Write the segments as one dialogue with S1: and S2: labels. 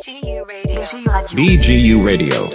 S1: BGU Radio.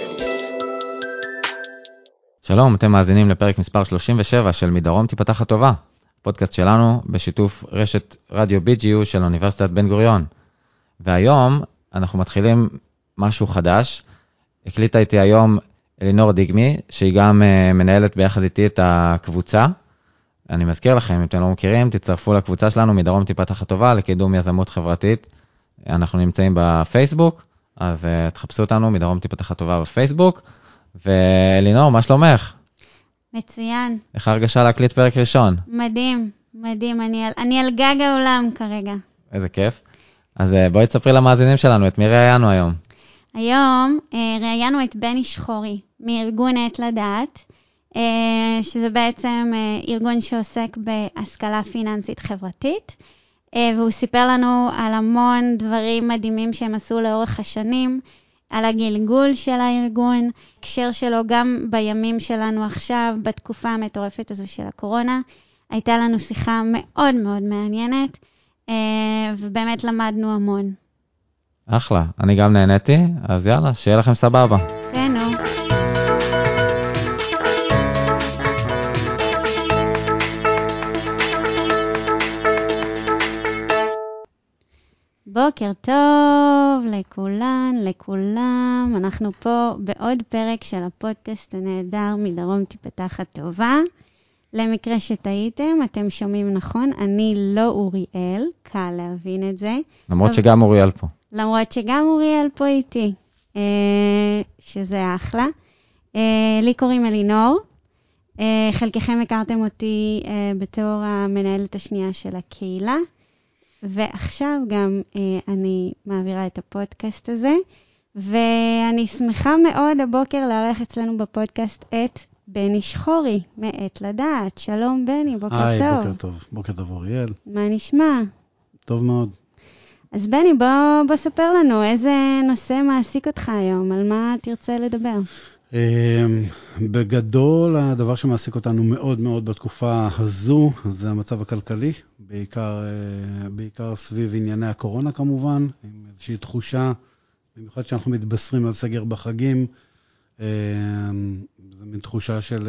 S1: שלום, אתם מאזינים לפרק מספר 37 של מדרום תיפתח הטובה, פודקאסט שלנו בשיתוף רשת רדיו BGU של אוניברסיטת בן גוריון. והיום אנחנו מתחילים משהו חדש. הקליטה איתי היום אלינור דיגמי, שהיא גם מנהלת ביחד איתי את הקבוצה. אני מזכיר לכם, אם אתם לא מכירים, תצטרפו לקבוצה שלנו מדרום תיפתח הטובה לקידום יזמות חברתית. אנחנו נמצאים בפייסבוק, אז תחפשו אותנו מדרום תיפתח הטובה בפייסבוק. ואלינור, מה שלומך?
S2: מצוין.
S1: איך הרגשה להקליט פרק ראשון?
S2: מדהים, מדהים. אני על גג העולם כרגע.
S1: איזה כיף. אז בואי תספרי למאזינים שלנו, את מי ראיינו היום?
S2: היום ראיינו את בני שחורי, מארגון עת לדעת, שזה בעצם ארגון שעוסק בהשכלה פיננסית חברתית, והוא סיפר לנו על המון דברים מדהימים שהם עשו לאורך השנים, על הגלגול של הארגון, הקשר שלו גם בימים שלנו עכשיו, בתקופה המטורפת הזו של הקורונה. הייתה לנו שיחה מאוד מאוד מעניינת, ובאמת למדנו המון.
S1: אחלה, אני גם נהניתי, אז יאללה, שיהיה לכם סבבה.
S2: כן, נו. בוקר טוב לכולן, לכולם. אנחנו פה בעוד פרק של הפודקאסט הנהדר מדרום תיפתח הטובה. למקרה שטעיתם, אתם שומעים נכון, אני לא אוריאל, קל להבין את זה.
S1: למרות שגם אוריאל פה.
S2: למרות שגם אוריאל פה איתי, שזה אחלה. לי קוראים אלינור. חלקכם הכרתם אותי בתור המנהלת השנייה של הקהילה. ועכשיו גם אני מעבירה את הפודקאסט הזה, ואני שמחה מאוד הבוקר לארח אצלנו בפודקאסט את בני שחורי, מעת לדעת. שלום בני, בוקר טוב.
S3: היי, בוקר טוב. בוקר טוב אוריאל.
S2: מה נשמע?
S3: טוב מאוד.
S2: אז בני, בוא ספר לנו איזה נושא מעסיק אותך היום, על מה תרצה לדבר?
S3: בגדול, הדבר שמעסיק אותנו מאוד מאוד בתקופה הזו, זה המצב הכלכלי, בעיקר סביב ענייני הקורונה כמובן, עם איזושהי תחושה, במיוחד שאנחנו מתבשרים על סגר בחגים, זו מין תחושה של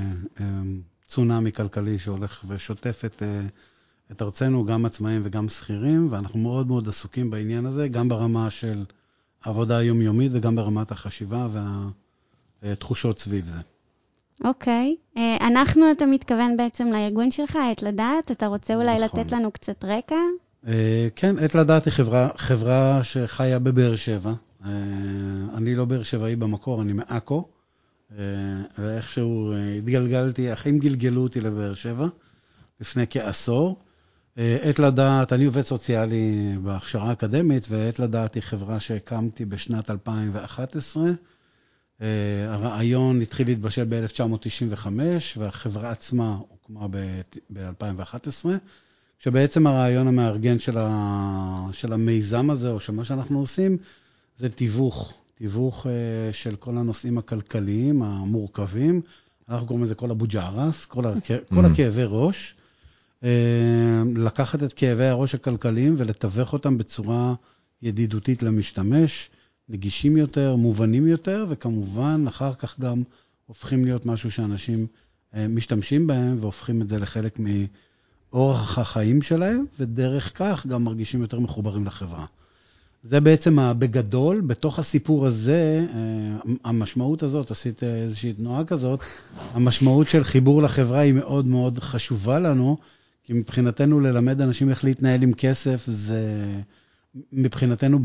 S3: צונאמי כלכלי שהולך ושוטף את ארצנו, גם עצמאים וגם שכירים, ואנחנו מאוד מאוד עסוקים בעניין הזה, גם ברמה של העבודה היומיומית וגם ברמת החשיבה תחושות סביב זה.
S2: אוקיי. אתה מתכוון בעצם לארגון שלך, עת לדעת? אתה רוצה אולי לתת לנו קצת רקע?
S3: כן, עת לדעת היא חברה שחיה בבאר שבע. אני לא באר שבעי במקור, אני מעכו. ואיכשהו התגלגלתי, החיים גלגלו אותי לבאר שבע, לפני כעשור. עת לדעת, אני עובד סוציאלי בהכשרה אקדמית, ועת לדעת היא חברה שהקמתי בשנת 2011. הרעיון התחיל להתבשל ב-1995, והחברה עצמה הוקמה ב-2011, שבעצם הרעיון המארגן של המיזם הזה, או של מה שאנחנו עושים, זה תיווך של כל הנושאים הכלכליים המורכבים. אנחנו קוראים לזה כל הבוג'רס, כל הכאבי ראש. לקחת את כאבי הראש הכלכליים ולתווך אותם בצורה ידידותית למשתמש, נגישים יותר, מובנים יותר, וכמובן אחר כך גם הופכים להיות משהו שאנשים משתמשים בהם, והופכים את זה לחלק מאורח החיים שלהם, ודרך כך גם מרגישים יותר מחוברים לחברה. זה בעצם בגדול, בתוך הסיפור הזה, המשמעות הזאת, עשית איזושהי תנועה כזאת, המשמעות של חיבור לחברה היא מאוד מאוד חשובה לנו, כי מבחינתנו ללמד אנשים איך להתנהל עם כסף, זה מבחינתנו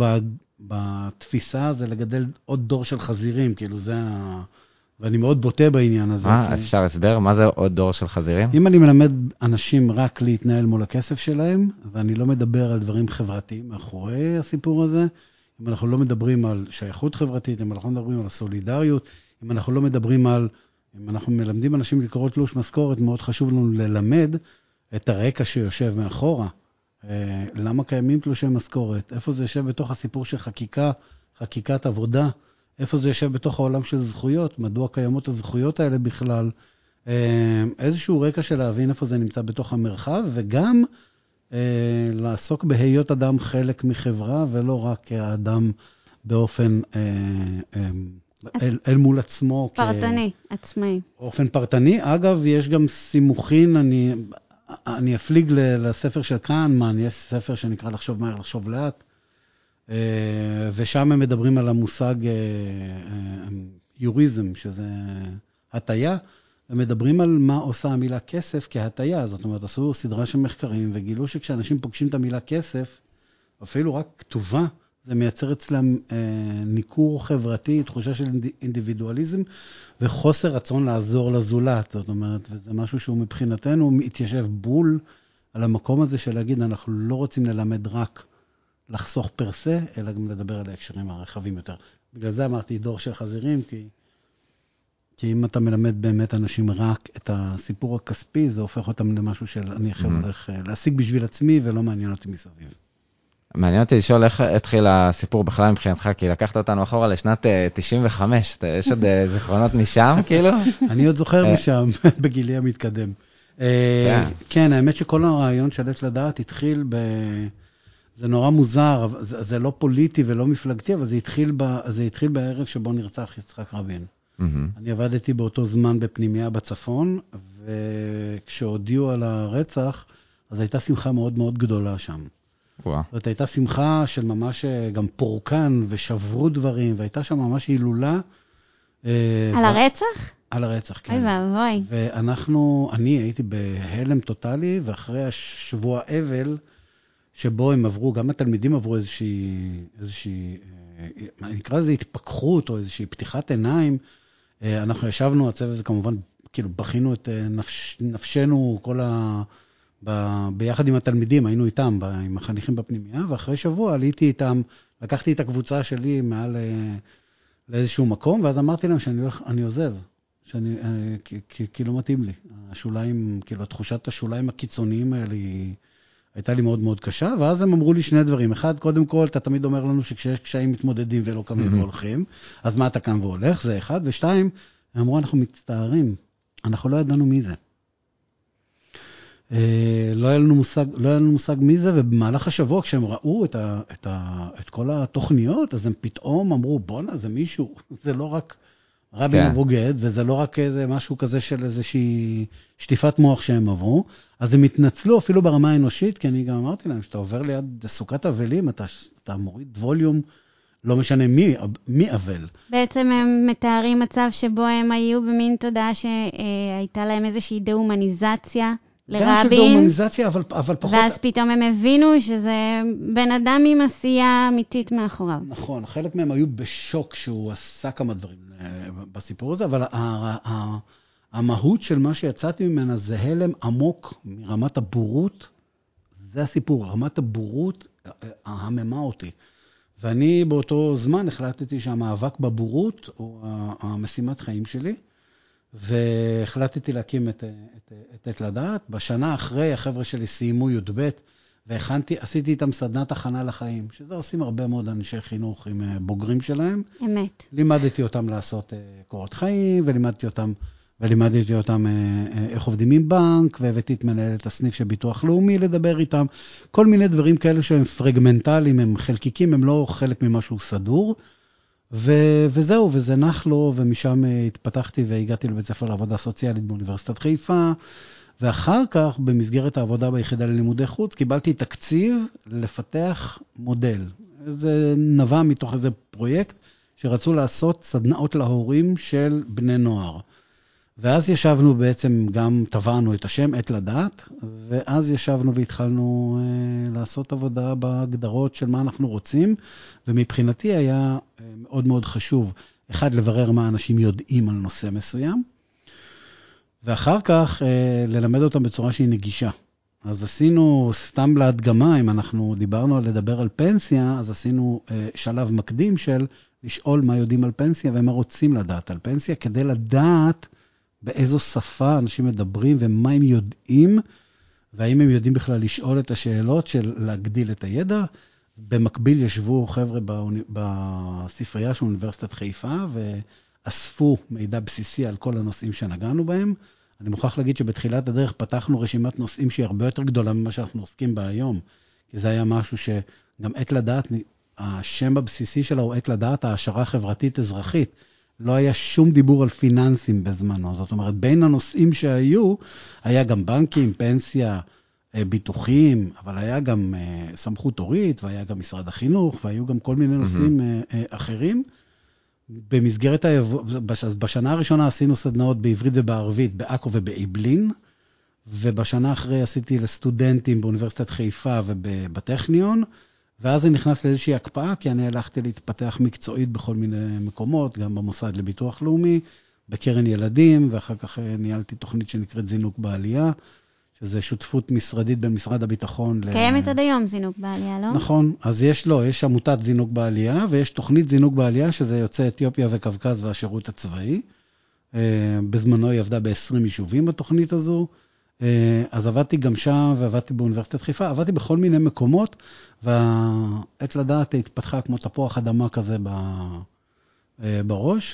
S3: בתפיסה זה לגדל עוד דור של חזירים, כאילו זה ואני מאוד בוטה בעניין הזה.
S1: אפשר הסבר? מה זה עוד דור של חזירים?
S3: אם אני מלמד אנשים רק להתנהל מול הכסף שלהם, ואני לא מדבר על דברים חברתיים מאחורי הסיפור הזה, אם אנחנו לא מדברים על שייכות חברתית, אם אנחנו לא מדברים על הסולידריות, אם אנחנו לא מדברים על, אם אנחנו מלמדים אנשים לקרוא תלוש משכורת, מאוד חשוב לנו ללמד את הרקע שיושב מאחורה. למה קיימים תלושי משכורת? איפה זה יושב בתוך הסיפור של חקיקת עבודה? איפה זה יושב בתוך העולם של זכויות? מדוע קיימות הזכויות האלה בכלל? איזשהו רקע של להבין איפה זה נמצא בתוך המרחב, וגם לעסוק בהיות אדם חלק מחברה, ולא רק האדם באופן אל מול עצמו.
S2: פרטני, עצמאי.
S3: באופן פרטני. אגב, יש גם סימוכין, אני אפליג לספר של קהנמן, יש ספר שנקרא לחשוב מהר, לחשוב לאט, ושם הם מדברים על המושג יוריזם, שזה הטיה, ומדברים על מה עושה המילה כסף כהטיה. זאת אומרת, עשו סדרה של מחקרים, וגילו שכשאנשים פוגשים את המילה כסף, אפילו רק כתובה, זה מייצר אצלם ניכור חברתי, תחושה של אינדיבידואליזם, וחוסר רצון לעזור לזולת. זאת אומרת, וזה משהו שהוא מבחינתנו מתיישב בול על המקום הזה של להגיד, אנחנו לא רוצים ללמד רק לחסוך פרסה, אלא גם לדבר על ההקשרים הרחבים יותר. בגלל זה אמרתי דור של חזירים, כי אם אתה מלמד באמת אנשים רק את הסיפור הכספי, זה הופך אותם למשהו של אני עכשיו הולך להשיג בשביל עצמי, ולא מעניין אותי מסביב.
S1: מעניין אותי לשאול איך התחיל הסיפור בכלל מבחינתך, כי לקחת אותנו אחורה לשנת 95, יש עוד זיכרונות משם, כאילו?
S3: אני עוד זוכר משם, בגילי המתקדם. כן, האמת שכל הרעיון של עת לדעת התחיל זה נורא מוזר, זה לא פוליטי ולא מפלגתי, אבל זה התחיל בערב שבו נרצח יצחק רבין. אני עבדתי באותו זמן בפנימיה בצפון, וכשהודיעו על הרצח, אז הייתה שמחה מאוד מאוד גדולה שם. זאת הייתה שמחה של ממש גם פורקן ושברו דברים, והייתה שם ממש הילולה.
S2: על הרצח?
S3: על הרצח, כן.
S2: אוי ואבוי.
S3: אני הייתי בהלם טוטלי, ואחרי השבוע אבל, שבו הם עברו, גם התלמידים עברו איזושהי, נקרא לזה התפכחות, או איזושהי פתיחת עיניים. אנחנו ישבנו, הצוות הזה כמובן, כאילו בכינו את נפשנו ביחד עם התלמידים, היינו איתם, עם החניכים בפנימיה, ואחרי שבוע עליתי איתם, לקחתי את הקבוצה שלי מעל לאיזשהו מקום, ואז אמרתי להם שאני עוזב, כי לא מתאים לי. השוליים, כאילו, תחושת השוליים הקיצוניים האלה הייתה לי מאוד מאוד קשה, ואז הם אמרו לי שני דברים. אחד, קודם כל, אתה תמיד אומר לנו שכשיש קשיים מתמודדים ולא קמים והולכים, אז מה אתה קם והולך? זה אחד. ושתיים, הם אמרו, אנחנו מצטערים, אנחנו לא ידענו מי זה. לא היה לנו מושג מי זה, ובמהלך השבוע, כשהם ראו את כל התוכניות, אז הם פתאום אמרו, בונה, זה מישהו, זה לא רק רבין הבוגד, וזה לא רק איזה משהו כזה של איזושהי שטיפת מוח שהם עברו, אז הם התנצלו אפילו ברמה האנושית, כי אני גם אמרתי להם, שאתה עובר ליד סוכת אבלים, אתה מוריד ווליום, לא משנה מי אבל.
S2: בעצם הם מתארים מצב שבו הם היו במין תודעה שהייתה להם איזושהי דה-הומניזציה, לרבין,
S3: גם של דהומניזציה, אבל פחות...
S2: ואז פתאום הם הבינו שזה בן אדם עם עשייה אמיתית מאחוריו.
S3: נכון, חלק מהם היו בשוק שהוא עשה כמה דברים בסיפור הזה, אבל המהות של מה שיצאתי ממנה זה הלם עמוק מרמת הבורות, זה הסיפור, רמת הבורות הממה אותי. ואני באותו זמן החלטתי שהמאבק בבורות הוא המשימת חיים שלי, והחלטתי להקים את עת לדעת. בשנה אחרי, החבר'ה שלי סיימו י"ב, ועשיתי איתם סדנת הכנה לחיים, שזה עושים הרבה מאוד אנשי חינוך עם בוגרים שלהם.
S2: אמת.
S3: לימדתי אותם לעשות קורות חיים, ולימדתי אותם איך עובדים עם בנק, והבאתי את מנהלת הסניף של ביטוח לאומי לדבר איתם. כל מיני דברים כאלה שהם פרגמנטליים, הם חלקיקים, הם לא חלק ממשהו סדור. וזהו, וזה נח לו, ומשם התפתחתי והגעתי לבית ספר לעבודה סוציאלית באוניברסיטת חיפה, ואחר כך, במסגרת העבודה ביחידה ללימודי חוץ, קיבלתי תקציב לפתח מודל. זה נבע מתוך איזה פרויקט שרצו לעשות סדנאות להורים של בני נוער. ואז ישבנו בעצם, גם טבענו את השם, עת לדעת, ואז ישבנו והתחלנו לעשות עבודה בהגדרות של מה אנחנו רוצים, ומבחינתי היה מאוד מאוד חשוב, אחד, לברר מה אנשים יודעים על נושא מסוים, ואחר כך ללמד אותם בצורה שהיא נגישה. אז עשינו, סתם להדגמה, אם אנחנו דיברנו על לדבר על פנסיה, אז עשינו שלב מקדים של לשאול מה יודעים על פנסיה, ומה רוצים לדעת על פנסיה, כדי לדעת באיזו שפה אנשים מדברים ומה הם יודעים, והאם הם יודעים בכלל לשאול את השאלות של להגדיל את הידע. במקביל ישבו חבר'ה בספרייה של אוניברסיטת חיפה, ואספו מידע בסיסי על כל הנושאים שנגענו בהם. אני מוכרח להגיד שבתחילת הדרך פתחנו רשימת נושאים שהיא הרבה יותר גדולה ממה שאנחנו עוסקים בה היום, כי זה היה משהו שגם עת לדעת השם הבסיסי שלה הוא עת לדעת, העשרה חברתית אזרחית. לא היה שום דיבור על פיננסים בזמנו. זאת אומרת, בין הנושאים שהיו, היה גם בנקים, פנסיה, ביטוחים, אבל היה גם סמכות הורית, והיה גם משרד החינוך, והיו גם כל מיני נושאים אחרים. במסגרת בשנה הראשונה עשינו סדנאות בעברית ובערבית, בעכו ובאעבלין, ובשנה אחרי עשיתי לסטודנטים באוניברסיטת חיפה ובטכניון, ואז זה נכנס לאיזושהי הקפאה, כי אני הלכתי להתפתח מקצועית בכל מיני מקומות, גם במוסד לביטוח לאומי, בקרן ילדים, ואחר כך ניהלתי תוכנית שנקראת זינוק בעלייה, שזה שותפות משרדית בין משרד הביטחון
S2: קיימת עד היום זינוק בעלייה, לא?
S3: נכון, אז יש עמותת זינוק בעלייה, ויש תוכנית זינוק בעלייה, שזה יוצא אתיופיה וקווקז והשירות הצבאי. בזמנו היא עבדה ב-20 יישובים בתוכנית הזו, אז עבדתי גם שם, ועבדתי באוניברסיטת חיפה, עבדתי בכל מיני מקומות, ועת לדעת התפתחה כמו תפוח אדמה כזה בראש,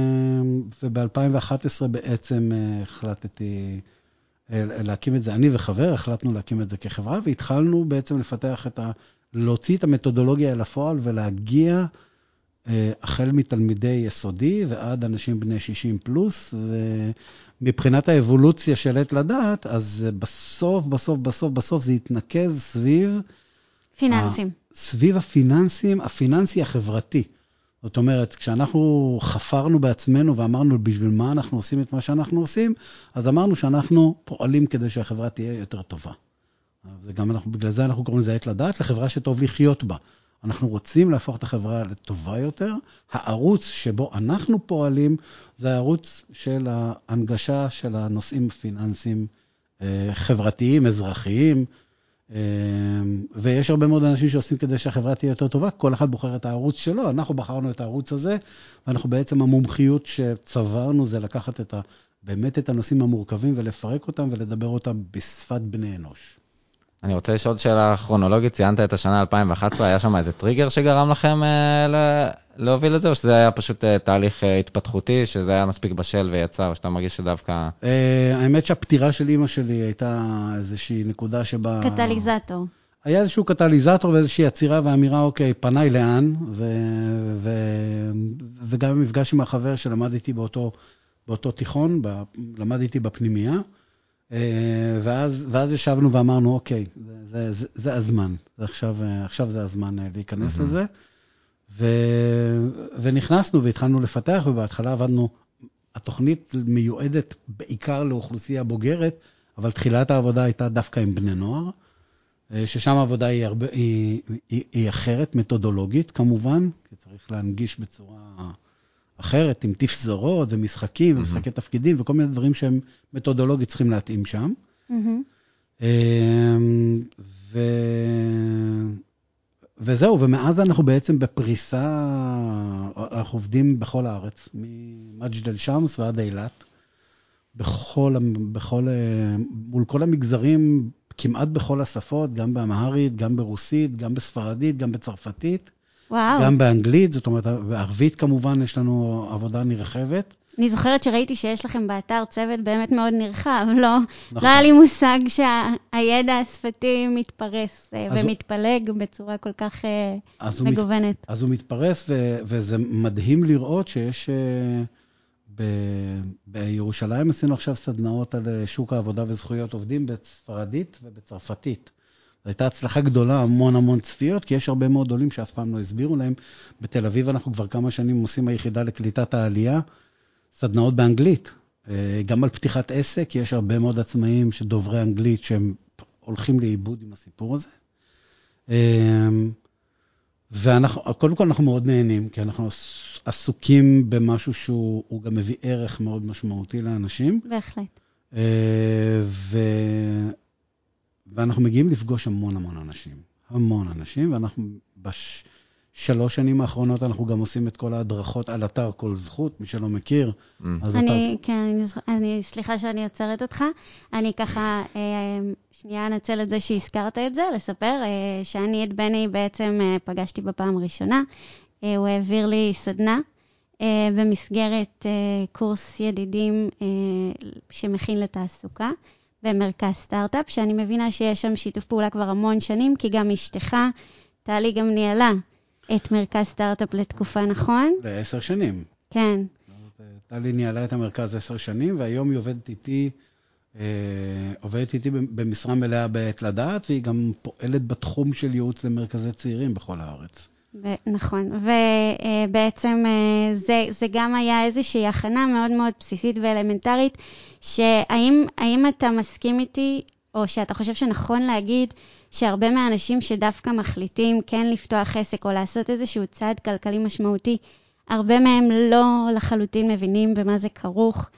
S3: וב-2011 בעצם החלטתי להקים את זה, אני וחבר, החלטנו להקים את זה כחברה, והתחלנו בעצם לפתח להוציא את המתודולוגיה אל הפועל, ולהגיע החל מתלמידי יסודי, ועד אנשים בני 60 פלוס, ומבחינת האבולוציה של עת לדעת, אז בסוף זה יתנקז סביב
S2: פיננסים.
S3: סביב הפיננסי החברתי. זאת אומרת, כשאנחנו חפרנו בעצמנו ואמרנו בשביל מה אנחנו עושים את מה שאנחנו עושים, אז אמרנו שאנחנו פועלים כדי שהחברה תהיה יותר טובה. בגלל זה אנחנו קוראים לזה עת לדעת, לחברה שטוב לחיות בה. אנחנו רוצים להפוך את החברה לטובה יותר. הערוץ שבו אנחנו פועלים, זה הערוץ של ההנגשה של הנושאים הפיננסיים חברתיים, אזרחיים, ויש הרבה מאוד אנשים שעושים כדי שהחברה תהיה יותר טובה, כל אחד בוחר את הערוץ שלו, אנחנו בחרנו את הערוץ הזה, ואנחנו בעצם המומחיות שצברנו זה לקחת באמת את הנושאים המורכבים ולפרק אותם ולדבר אותם בשפת בני אנוש.
S1: אני רוצה לשאול שאלה כרונולוגית, ציינת את השנה 2011, היה שם איזה טריגר שגרם לכם להוביל את זה, או שזה היה פשוט תהליך התפתחותי, שזה היה מספיק בשל ויצא, או שאתה מרגיש שדווקא...
S3: האמת שהפטירה של אמא שלי הייתה איזושהי נקודה שבה...
S2: קטליזטור.
S3: היה איזשהו קטליזטור ואיזושהי עצירה ואמירה, אוקיי, פניי לאן, וגם המפגש עם החבר שלמד איתי באותו תיכון, למד איתי בפנימייה, ואז ישבנו ואמרנו, אוקיי, זה הזמן, עכשיו זה הזמן להיכנס לזה, ונכנסנו והתחלנו לפתח, ובהתחלה עבדנו, התוכנית מיועדת בעיקר לאוכלוסייה בוגרת, אבל תחילת העבודה הייתה דווקא עם בני נוער, ששם העבודה היא אחרת, מתודולוגית כמובן, כי צריך להנגיש בצורה אחרת, עם תפזורות ומשחקים, ומשחקי תפקידים, וכל מיני דברים שהם מתודולוגית צריכים להתאים שם. וזהו, ומאז אנחנו בעצם בפריסה, אנחנו עובדים בכל הארץ, ממג'דל שמס ועד אילת, מול כל המגזרים, כמעט בכל השפות, גם באמהרית, גם ברוסית, גם בספרדית, גם בצרפתית,
S2: וואו.
S3: גם באנגלית, זאת אומרת, בערבית כמובן יש לנו עבודה נרחבת.
S2: אני זוכרת שראיתי שיש לכם באתר צוות באמת מאוד נרחב, לא היה לי מושג שהידע השפתי מתפרס ומתפלג בצורה כל כך מגוונת.
S3: אז הוא מתפרס, וזה מדהים לראות שיש... בירושלים עשינו עכשיו סדנאות על שוק העבודה וזכויות עובדים בספרדית ובצרפתית. זו הייתה הצלחה גדולה, המון צפיות, כי יש הרבה מאוד עולים שאף פעם לא הסבירו להם. בתל אביב אנחנו כבר כמה שנים עושים היחידה לקליטת העלייה, סדנאות באנגלית. גם על פתיחת עסק, יש הרבה מאוד עצמאים שדוברי אנגלית שהם הולכים לאיבוד עם הסיפור הזה. וקודם כל אנחנו מאוד נהנים, כי אנחנו עסוקים במשהו שהוא גם מביא ערך מאוד משמעותי לאנשים.
S2: בהחלט.
S3: ואנחנו מגיעים לפגוש המון אנשים, ואנחנו בשלוש שנים האחרונות אנחנו גם עושים את כל ההדרכות על אתר כל זכות, מי שלא מכיר.
S2: סליחה שאני יוצרת אותך, אני ככה שנייה אנצל את זה שהזכרת את זה, לספר שאני את בני בעצם פגשתי בפעם ראשונה, הוא העביר לי סדנה במסגרת קורס ידידים שמכין לתעסוקה, במרכז סטארט-אפ, שאני מבינה שיש שם שיתוף פעולה כבר המון שנים, כי גם אשתך, טלי גם ניהלה את מרכז סטארט-אפ לתקופה, נכון?
S3: ל10 שנים.
S2: כן.
S3: טלי ניהלה את המרכז 10 שנים, והיום היא עובדת איתי במשרה מלאה בעת לדעת, והיא גם פועלת בתחום של ייעוץ למרכזי צעירים בכל הארץ.
S2: נכון, ובעצם זה גם היה איזושהי הכנה מאוד מאוד בסיסית ואלמנטרית, שהאם אתה מסכים איתי, או שאתה חושב שנכון להגיד, שהרבה מהאנשים שדווקא מחליטים כן לפתוח עסק, או לעשות איזשהו צעד כלכלי משמעותי, הרבה מהם לא לחלוטין מבינים במה זה כרוך?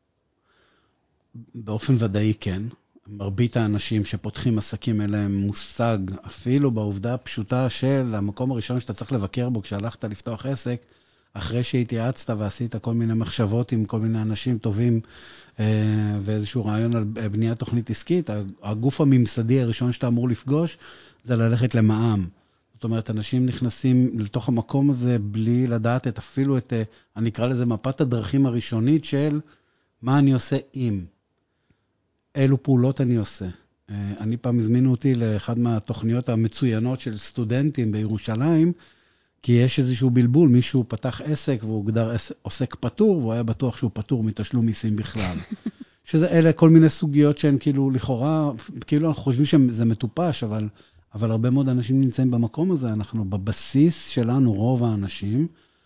S3: באופן ודאי כן. מרבית האנשים שפותחים עסקים אליהם מושג, אפילו בעובדה הפשוטה של המקום הראשון שאתה צריך לבקר בו כשהלכת לפתוח עסק, אחרי שהתייעצת ועשית כל מיני מחשבות עם כל מיני אנשים טובים, ואיזשהו רעיון על בניית תוכנית עסקית, הגוף הממסדי הראשון שאתה אמור לפגוש, זה ללכת למע"מ. זאת אומרת, אנשים נכנסים לתוך המקום הזה בלי לדעת אפילו את, אני אקרא לזה מפת הדרכים הראשונית של מה אני עושה עם. אילו פעולות אני עושה. אני פעם הזמינו אותי לאחד מהתוכניות המצוינות של סטודנטים בירושלים, כי יש איזשהו בלבול, מישהו פתח עסק והוא הוגדר עוסק פטור, והוא היה בטוח שהוא פטור מתשלום מיסים בכלל. אלה כל מיני סוגיות שהן כאילו לכאורה, כאילו אנחנו חושבים שזה מטופש, אבל הרבה מאוד אנשים נמצאים במקום הזה. אנחנו בבסיס שלנו, רוב האנשים,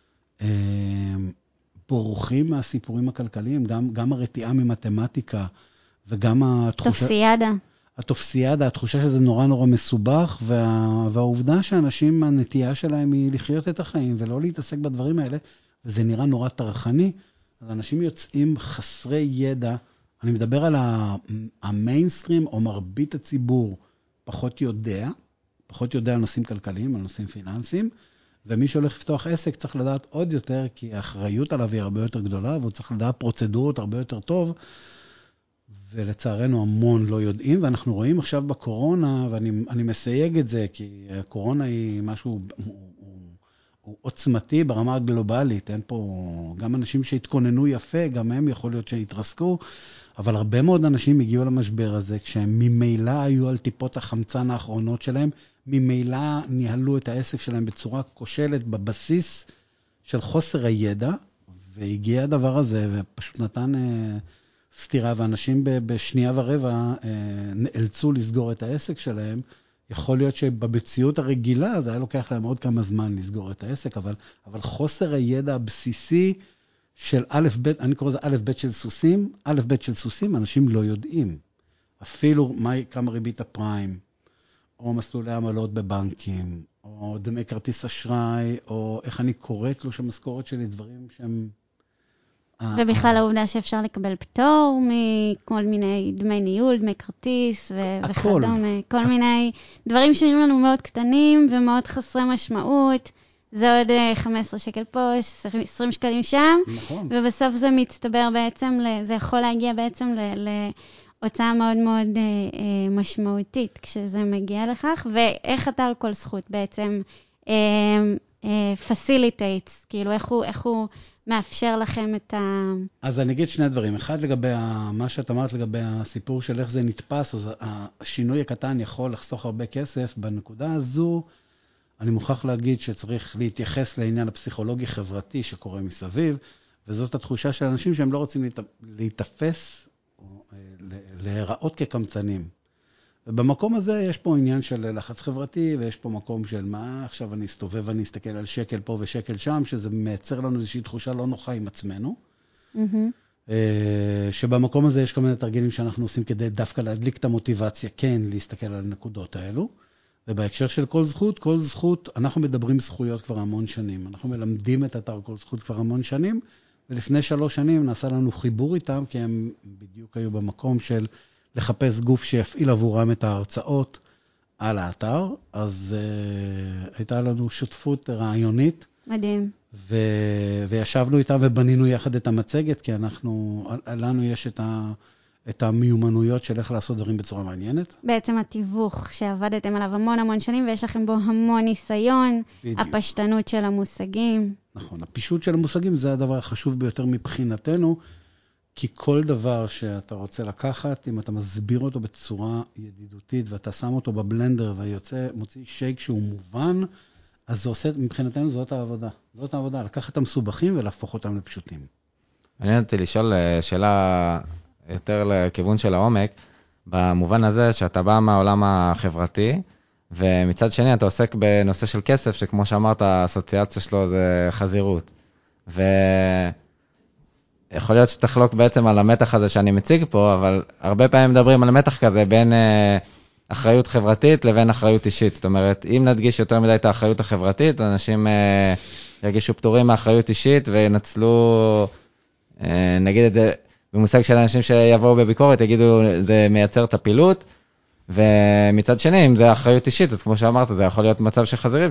S3: בורחים מהסיפורים הכלכליים, גם הרתיעה ממתמטיקה, וגם התופסיאדה, התחושה שזה נורא נורא מסובך, והעובדה שאנשים, הנטייה שלהם היא לחיות את החיים, ולא להתעסק בדברים האלה, וזה נראה נורא טרחני, אז אנשים יוצאים חסרי ידע, אני מדבר על המיינסטרים, או מרבית הציבור, פחות יודע על נושאים כלכליים, על נושאים פיננסיים, ומי שהולך לפתוח עסק צריך לדעת עוד יותר, כי האחריות עליו היא הרבה יותר גדולה, והוא צריך לדעת פרוצדורות הרבה יותר טוב, ולצערנו המון לא יודעים, ואנחנו רואים עכשיו בקורונה, ואני מסייג את זה, כי הקורונה היא משהו, הוא עוצמתי ברמה הגלובלית, אין פה גם אנשים שהתכוננו יפה, גם הם יכול להיות שהתרסקו, אבל הרבה מאוד אנשים הגיעו למשבר הזה, כשהם ממילא היו על טיפות החמצן האחרונות שלהם, ממילא ניהלו את העסק שלהם בצורה כושלת בבסיס של חוסר הידע, והגיע הדבר הזה, ופשוט נתן סתירה, ואנשים בשנייה ורבע נאלצו לסגור את העסק שלהם. יכול להיות שבמציאות הרגילה זה היה לוקח להם עוד כמה זמן לסגור את העסק, אבל חוסר הידע הבסיסי של א' ב', אני קורא לזה א' ב' של סוסים, א' ב' של סוסים, אנשים לא יודעים. אפילו כמה ריבית הפריים, או מסלולי עמלות בבנקים, או דמי כרטיס אשראי, או איך אני קורא תלוש המשכורת שלי, דברים שהם
S2: ובכלל העובדה שאפשר לקבל פטור מכל מיני דמי ניהול, דמי כרטיס וכדומה, כל מיני דברים שנראים לנו מאוד קטנים ומאוד חסרי משמעות. זה עוד 15 שקל פה, 20 שקלים שם,
S3: נכון.
S2: ובסוף זה מצטבר בעצם, זה יכול להגיע בעצם להוצאה מאוד מאוד משמעותית כשזה מגיע לכך, ואיך אתר כל זכות בעצם facilitates, כאילו איך הוא מאפשר לכם את
S3: אז אני אגיד שני דברים. אחד לגבי מה שאת אמרת לגבי הסיפור של איך זה נתפס, אז השינוי הקטן יכול לחסוך הרבה כסף. בנקודה הזו, אני מוכרח להגיד שצריך להתייחס לעניין הפסיכולוגי-חברתי שקורה מסביב, וזאת התחושה של אנשים שהם לא רוצים להתאפס או להיראות כקמצנים. ובמקום הזה יש פה עניין של לחץ חברתי, ויש פה מקום של מה, עכשיו אני אסתובב ואני אסתכל על שקל פה ושקל שם, שזה מייצר לנו איזושהי תחושה לא נוחה עם עצמנו. שבמקום הזה יש כל מיני תרגילים שאנחנו עושים כדי דווקא להדליק את המוטיבציה, כן, להסתכל על הנקודות האלו. ובהקשר של כל זכות, אנחנו מדברים זכויות כבר המון שנים. אנחנו מלמדים את אתר כל זכות כבר המון שנים, ולפני 3 שנים נעשה לנו חיבור איתם, כי הם בדיוק היו במקום של לחפש גוף שיפעיל עבורם את ההרצאות על האתר. אז הייתה לנו שותפות רעיונית.
S2: מדהים.
S3: וישבנו איתם ובנינו יחד את המצגת, כי לנו יש את המיומנויות של איך לעשות דברים בצורה מעניינת.
S2: בעצם התיווך שעבדתם עליו המון שנים, ויש לכם בו המון ניסיון, בדיוק. הפשטנות של המושגים.
S3: נכון, הפישוט של המושגים זה הדבר החשוב ביותר מבחינתנו, כי כל דבר שאתה רוצה לקחת, אם אתה מסביר אותו בצורה ידידותית, ואתה שם אותו בבלנדר, מוציא שייק שהוא מובן, אז מבחינתנו זאת העבודה. זאת העבודה, לקחת את המסובכים ולהפוך אותם לפשוטים.
S1: אני רציתי לשאול שאלה יותר לכיוון של העומק, במובן הזה שאתה בא מהעולם החברתי, ומצד שני אתה עוסק בנושא של כסף, שכמו שאמרת, האסוציאציה שלו זה חזירות. ויכול להיות שתחלוק בעצם על המתח הזה שאני מציג פה, אבל הרבה פעמים מדברים על מתח כזה בין אחריות חברתית לבין אחריות אישית. זאת אומרת, אם נדגיש יותר מדי את האחריות החברתית, אנשים ירגישו פטורים מאחריות אישית וינצלו, נגיד את זה במושג של אנשים שיבואו בביקורת, יגידו זה מייצר את הפעילות, ומצד שני, אם זה אחריות אישית, אז כמו שאמרת, זה יכול להיות מצב של חזירים,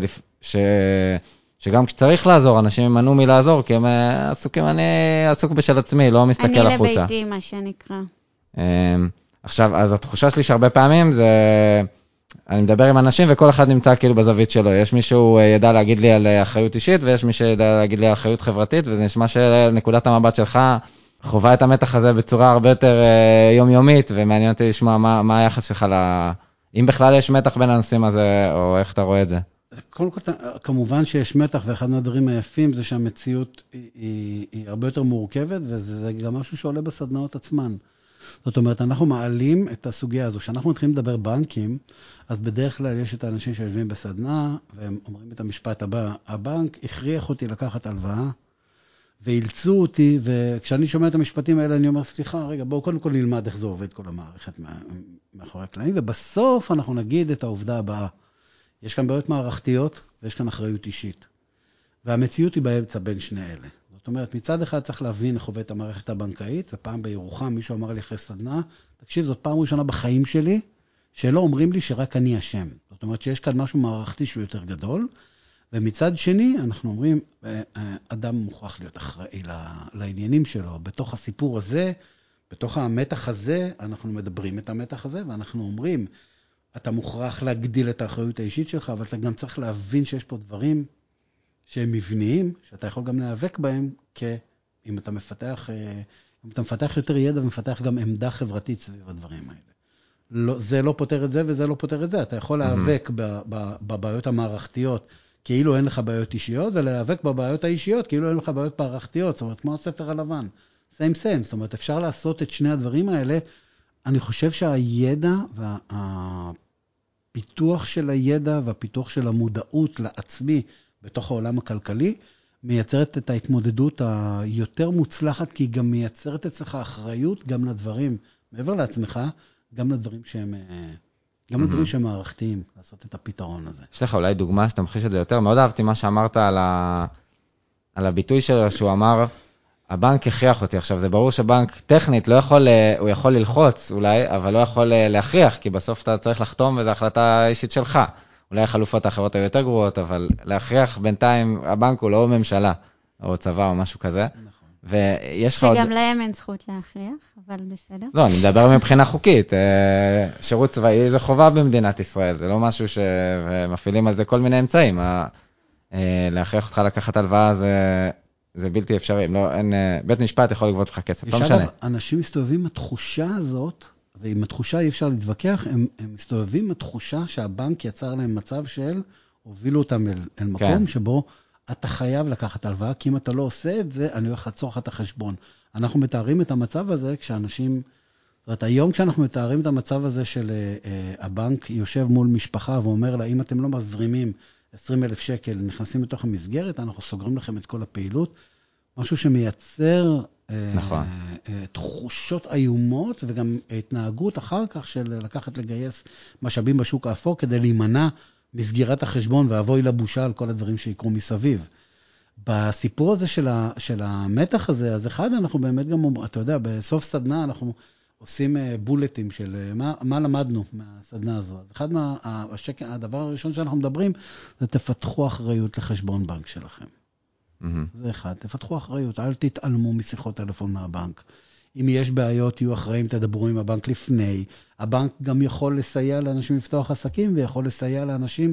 S1: שגם כשצריך לעזור, אנשים ימנעו מלעזור, כי הם עסוקים, אני עסוק בשל עצמי, לא מסתכל החוצה.
S2: אני לביתי, מה שנקרא.
S1: עכשיו, אז התחושה שלי שהרבה פעמים זה, אני מדבר עם אנשים וכל אחד נמצא כאילו בזווית שלו. יש מישהו ידע להגיד לי על אחריות אישית, ויש מי שידע להגיד לי על אחריות חברתית, וזה נשמע שנקודת המבט שלך חובה את המתח הזה בצורה הרבה יותר יומיומית, ומעניין אותי לשמוע מה היחס שלך אם בכלל יש מתח בין הנושאים הזה, או איך אתה רואה את זה.
S3: קודם כל, כמובן שיש מתח, ואחד מהדברים היפים זה שהמציאות היא הרבה יותר מורכבת, וזה גם משהו שעולה בסדנאות עצמן. זאת אומרת, אנחנו מעלים את הסוגיה הזו. כשאנחנו מתחילים לדבר בנקים, אז בדרך כלל יש את האנשים שיושבים בסדנה, והם אומרים את המשפט הבא, הבנק הכריח אותי לקחת הלוואה, ואילצו אותי, וכשאני שומע את המשפטים האלה, אני אומר, סליחה, רגע, בואו קודם כל נלמד איך זה עובד כל המערכת מאחורי הקלעים, ובסוף אנחנו נגיד את העובדה הבאה. יש כאן בעיות מערכתיות, ויש כאן אחריות אישית. והמציאות היא באמצע בין שני אלה. זאת אומרת, מצד אחד צריך להבין איך עובד המערכת הבנקאית, ופעם בירוחם מישהו אמר לי אחרי סדנה, תקשיב, זאת פעם ראשונה בחיים שלי, שלא אומרים לי שרק אני אשם. זאת אומרת שיש כאן משהו מערכתי שהוא יותר גדול, ומצד שני אנחנו אומרים, אדם מוכרח להיות אחראי לעניינים שלו. בתוך הסיפור הזה, בתוך המתח הזה, אנחנו מדברים את המתח הזה, ואנחנו אומרים, אתה מוכרח להגדיל את האחריות האישית שלך, אבל אתה גם צריך להבין שיש פה דברים שהם מבניים, שאתה יכול גם להיאבק בהם, אם אתה מפתח יותר ידע ומפתח גם עמדה חברתית סביב הדברים האלה. לא, זה לא פותר את זה וזה לא פותר את זה. אתה יכול להיאבק בבעיות המערכתיות, כאילו אין לך בעיות אישיות, ולהיאבק בבעיות האישיות, כאילו אין לך בעיות מערכתיות. זאת אומרת, כמו הספר הלבן. סיים. זאת אומרת, אפשר לעשות את שני הדברים האלה. אני חושב שהידע והפיתוח של הידע והפיתוח של המודעות לעצמי בתוך העולם הכלכלי, מייצרת את ההתמודדות היותר מוצלחת, כי היא גם מייצרת אצלך אחריות גם לדברים, מעבר לעצמך, גם לדברים שהם מערכתיים, לעשות את הפתרון הזה.
S1: יש לך אולי דוגמה שתמחיש את זה יותר? מאוד אהבתי מה שאמרת על הביטוי שלו, שהוא אמר, הבנק הכריח אותי. עכשיו, זה ברור שבנק טכנית לא יכול, הוא יכול ללחוץ אולי, אבל לא יכול להכריח, כי בסוף אתה צריך לחתום וזו החלטה אישית שלך. אולי החלופות האחרות היו יותר גרועות, אבל להכריח בינתיים, הבנק הוא לא ממשלה, או צבא או משהו כזה.
S3: נכון.
S1: ויש לך עוד...
S2: שגם להם אין זכות להכריח, אבל בסדר.
S1: לא, אני מדבר מבחינה חוקית. שירות צבאי זה חובה במדינת ישראל, זה לא משהו שמפעילים על זה כל מיני אמצעים. להכריח אותך לקחת הלוואה זה בלתי אפשרי. לא, בית משפט יכול לגבות לך כסף, לא משנה.
S3: אנשים מסתובבים עם התחושה הזאת, ועם התחושה אי אפשר להתווכח, הם מסתובבים עם התחושה שהבנק יצר להם מצב של, הובילו אותם אל מקום שבו אתה חייב לקחת הלוואה, כי אם אתה לא עושה את זה, אני הולך לצורך את החשבון. אנחנו מתארים את המצב הזה כשאנשים, זאת אומרת, היום כשאנחנו מתארים את המצב הזה של הבנק יושב מול משפחה ואומר לה, אם אתם לא מזרימים 20,000 שקל, נכנסים לתוך המסגרת, אנחנו סוגרים לכם את כל הפעילות, משהו שמייצר
S1: נכון.
S3: תחושות איומות, וגם התנהגות אחר כך של לקחת לגייס משאבים בשוק האפור, כדי להימנע מסגירת החשבון, ואבוי לבושה על כל הדברים שיקרו מסביב. בסיפור הזה של המתח הזה, אז אחד אנחנו באמת גם, אתה יודע, בסוף סדנה אנחנו עושים בולטים של מה למדנו מהסדנה הזו. אז אחד הדבר הראשון שאנחנו מדברים, זה תפתחו אחריות לחשבון בנק שלכם. זה אחד, תפתחו אחריות, אל תתעלמו משיחות טלפון מהבנק. אם יש בעיות, יהיו אחראים, תדברו עם הבנק לפני. הבנק גם יכול לסייע לאנשים לפתוח עסקים, ויכול לסייע לאנשים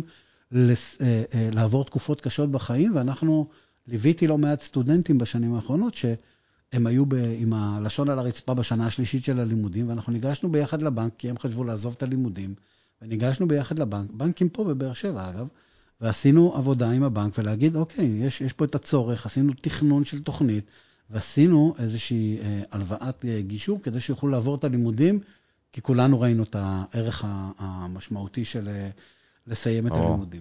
S3: לעבור תקופות קשות בחיים, ואנחנו ליוויתי לא מעט סטודנטים בשנים האחרונות, שהם היו עם הלשון על הרצפה בשנה השלישית של הלימודים, ואנחנו ניגשנו ביחד לבנק, כי הם חשבו לעזוב את הלימודים, וניגשנו ביחד לבנק, בנקים פה בבאר שבע אגב, ועשינו עבודה עם הבנק ולהגיד, אוקיי, יש פה את הצורך, עשינו תכנון של תוכנית, ועשינו איזושהי הלוואת גישור, כדי שיוכלו לעבור את הלימודים, כי כולנו ראינו את הערך המשמעותי של לסיים את הלימודים.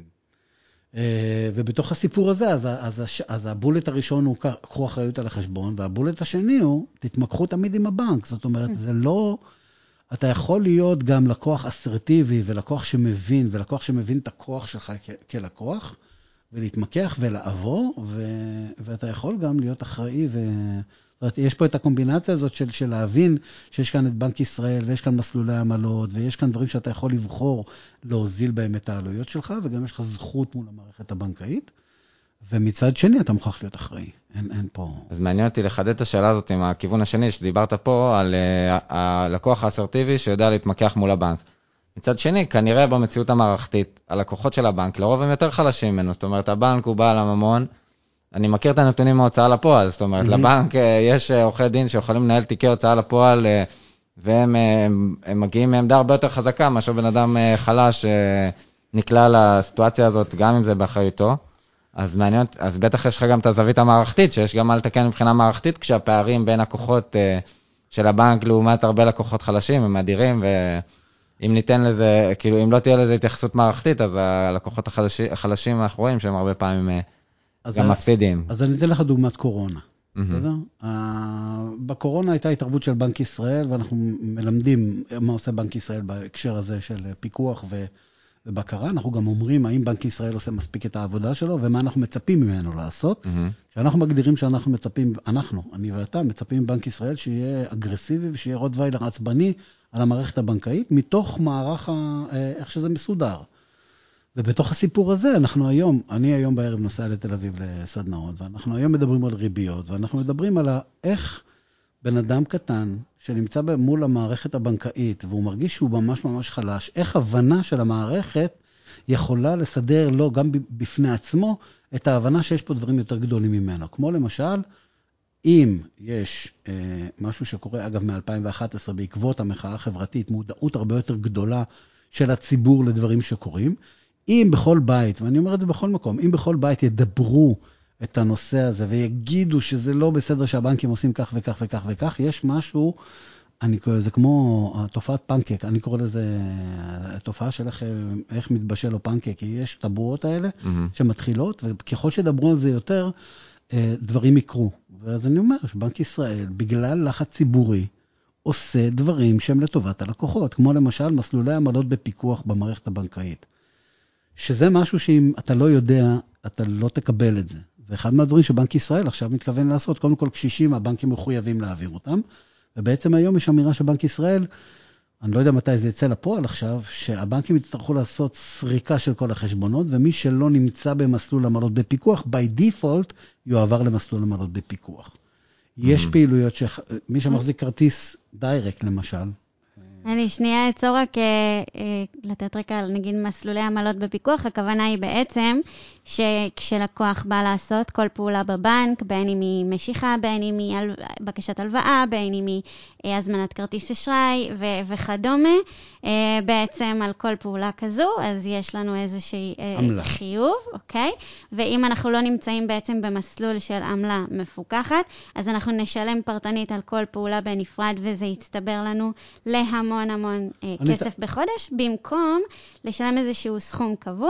S3: ובתוך הסיפור הזה, אז הבולט הראשון הוא קחו אחריות על החשבון, והבולט השני הוא, תתמקחו תמיד עם הבנק. זאת אומרת, זה לא, אתה יכול להיות גם לקוח אסרטיבי, ולקוח שמבין, ולקוח שמבין את הכוח שלך כלקוח, ולהתמקח ולעבור, ואתה יכול גם להיות אחראי, זאת אומרת, יש פה את הקומבינציה הזאת של להבין שיש כאן את בנק ישראל, ויש כאן מסלולי עמלות, ויש כאן דברים שאתה יכול לבחור להוזיל בהם את העלויות שלך, וגם יש לך זכות מול המערכת הבנקאית, ומצד שני אתה מוכרח להיות אחראי, אין פה...
S1: אז מעניין אותי לחדד את השאלה הזאת עם הכיוון השני, שדיברת פה על הלקוח האסרטיבי שיודע להתמקח מול הבנק. מצד שני, כנראה במציאות המערכתית, הלקוחות של הבנק לרוב הם יותר חלשים ממנו, זאת אומרת, הבנק הוא בעל הממון, אני מכיר את הנתונים מההוצאה לפועל, זאת אומרת, לבנק יש עורכי דין שיכולים לנהל תיקי הוצאה לפועל, והם מגיעים מעמדה הרבה יותר חזקה, מאשר בן אדם חלש נקלע לסיטואציה הזאת, גם אם זה באחריותו. אז מעניין, אז בטח יש לך גם את הזווית המערכתית, שיש גם מה לתקן מבחינה מערכתית, כשהפערים בין הכוחות של הבנק לעומת הרבה לקוחות חלשים, הם אדירים, ואם ניתן לזה, כאילו, אם לא תהיה לזה התייחסות מערכתית, אז הלקוחות החלשים אנחנו רואים שהם הרבה פעמים גם מפסידים.
S3: אז אני אתן לך דוגמת קורונה. בסדר? בקורונה הייתה התערבות של בנק ישראל, ואנחנו מלמדים מה עושה בנק ישראל בהקשר הזה של פיקוח ובקרה. אנחנו גם אומרים האם בנק ישראל עושה מספיק את העבודה שלו, ומה אנחנו מצפים ממנו לעשות. שאנחנו מגדירים שאנחנו מצפים, אני ואתה, מצפים מבנק ישראל שיהיה אגרסיבי ושיהיה רוטוויילר עצבני על המערכת הבנקאית, מתוך מערך איך שזה מסודר. ובתוך הסיפור הזה, אני היום בערב נוסע לתל אביב לסדנאות, ואנחנו היום מדברים על ריביות, ואנחנו מדברים על איך בן אדם קטן, שנמצא מול המערכת הבנקאית, והוא מרגיש שהוא ממש ממש חלש, איך הבנה של המערכת יכולה לסדר לו גם בפני עצמו, את ההבנה שיש פה דברים יותר גדולים ממנו. כמו למשל, אם יש משהו שקורה, אגב, מ-2011, בעקבות המחאה החברתית, מודעות הרבה יותר גדולה של הציבור לדברים שקורים, אם בכל בית, ואני אומר את זה בכל מקום, אם בכל בית ידברו את הנושא הזה, ויגידו שזה לא בסדר שהבנקים עושים כך וכך וכך וכך, יש משהו, אני קורא לזה כמו תופעת פנקק, אני קורא לזה תופעה של איך מתבשל לו פנקק, כי יש את הבועות האלה שמתחילות, וככל שדברו על זה יותר, דברים יקרו. ואז אני אומר, שבנק ישראל, בגלל לחץ ציבורי, עושה דברים שהם לטובת הלקוחות, כמו למשל מסלולי עמלות בפיקוח במערכת הבנקאית. שזה משהו שאם אתה לא יודע, אתה לא תקבל את זה. ואחד מהדברים שבנק ישראל עכשיו מתכוון לעשות, קודם כל קשישים, הבנקים מחויבים להעביר אותם, ובעצם היום יש אמירה של בנק ישראל, אני לא יודע מתי זה יצא לפועל עכשיו, שהבנקים יצטרכו לעשות סריקה של כל החשבונות, ומי שלא נמצא במסלול עמלות בפיקוח, by default, יועבר למסלול עמלות בפיקוח. יש פעילויות שמי שמחזיק כרטיס דיירקט למשל,
S2: אני שנייה אצור רק לתת רקע על נגיד מסלולי עמלות בפיקוח, הכוונה היא בעצם שכשלקוח בא לעשות כל פעולה בבנק, בין אם היא משיכה, בין אם היא בקשת הלוואה, בין אם היא הזמנת כרטיס אשראי וכדומה, בעצם על כל פעולה כזו, אז יש לנו איזושהי חיוב, אוקיי? ואם אנחנו לא נמצאים בעצם במסלול של עמלה מפוקחת, אז אנחנו נשלם פרטנית על כל פעולה בנפרד, וזה יצטבר לנו המון כסף בחודש, במקום לשלם איזשהו סכום קבוע,